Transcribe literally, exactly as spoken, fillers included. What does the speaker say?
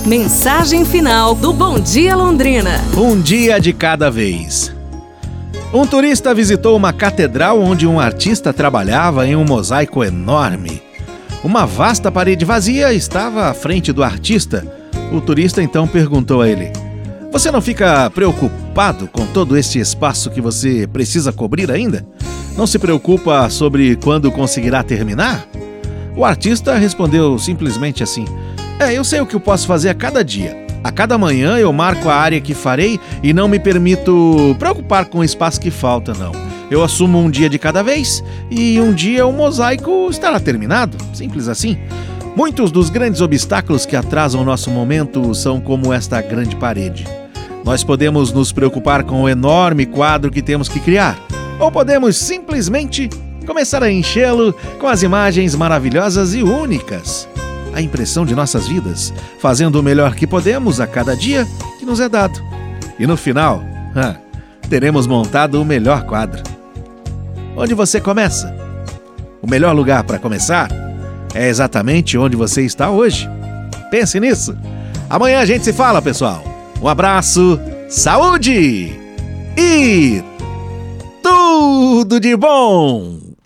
Mensagem final do Bom Dia Londrina. Um dia de cada vez. Um turista visitou uma catedral onde um artista trabalhava em um mosaico enorme. Uma vasta parede vazia estava à frente do artista. O turista então perguntou a ele: "Você não fica preocupado com todo este espaço que você precisa cobrir ainda? Não se preocupa sobre quando conseguirá terminar?" O artista respondeu simplesmente assim: É, eu sei o que eu posso fazer a cada dia. A cada manhã eu marco a área que farei e não me permito preocupar com o espaço que falta, não. Eu assumo um dia de cada vez e um dia o mosaico estará terminado. Simples assim. Muitos dos grandes obstáculos que atrasam o nosso momento são como esta grande parede. Nós podemos nos preocupar com o enorme quadro que temos que criar, ou podemos simplesmente começar a enchê-lo com as imagens maravilhosas e únicas. A impressão de nossas vidas, fazendo o melhor que podemos a cada dia que nos é dado. E no final, ah, teremos montado o melhor quadro. Onde você começa? O melhor lugar para começar é exatamente onde você está hoje. Pense nisso. Amanhã a gente se fala, pessoal. Um abraço, saúde e tudo de bom!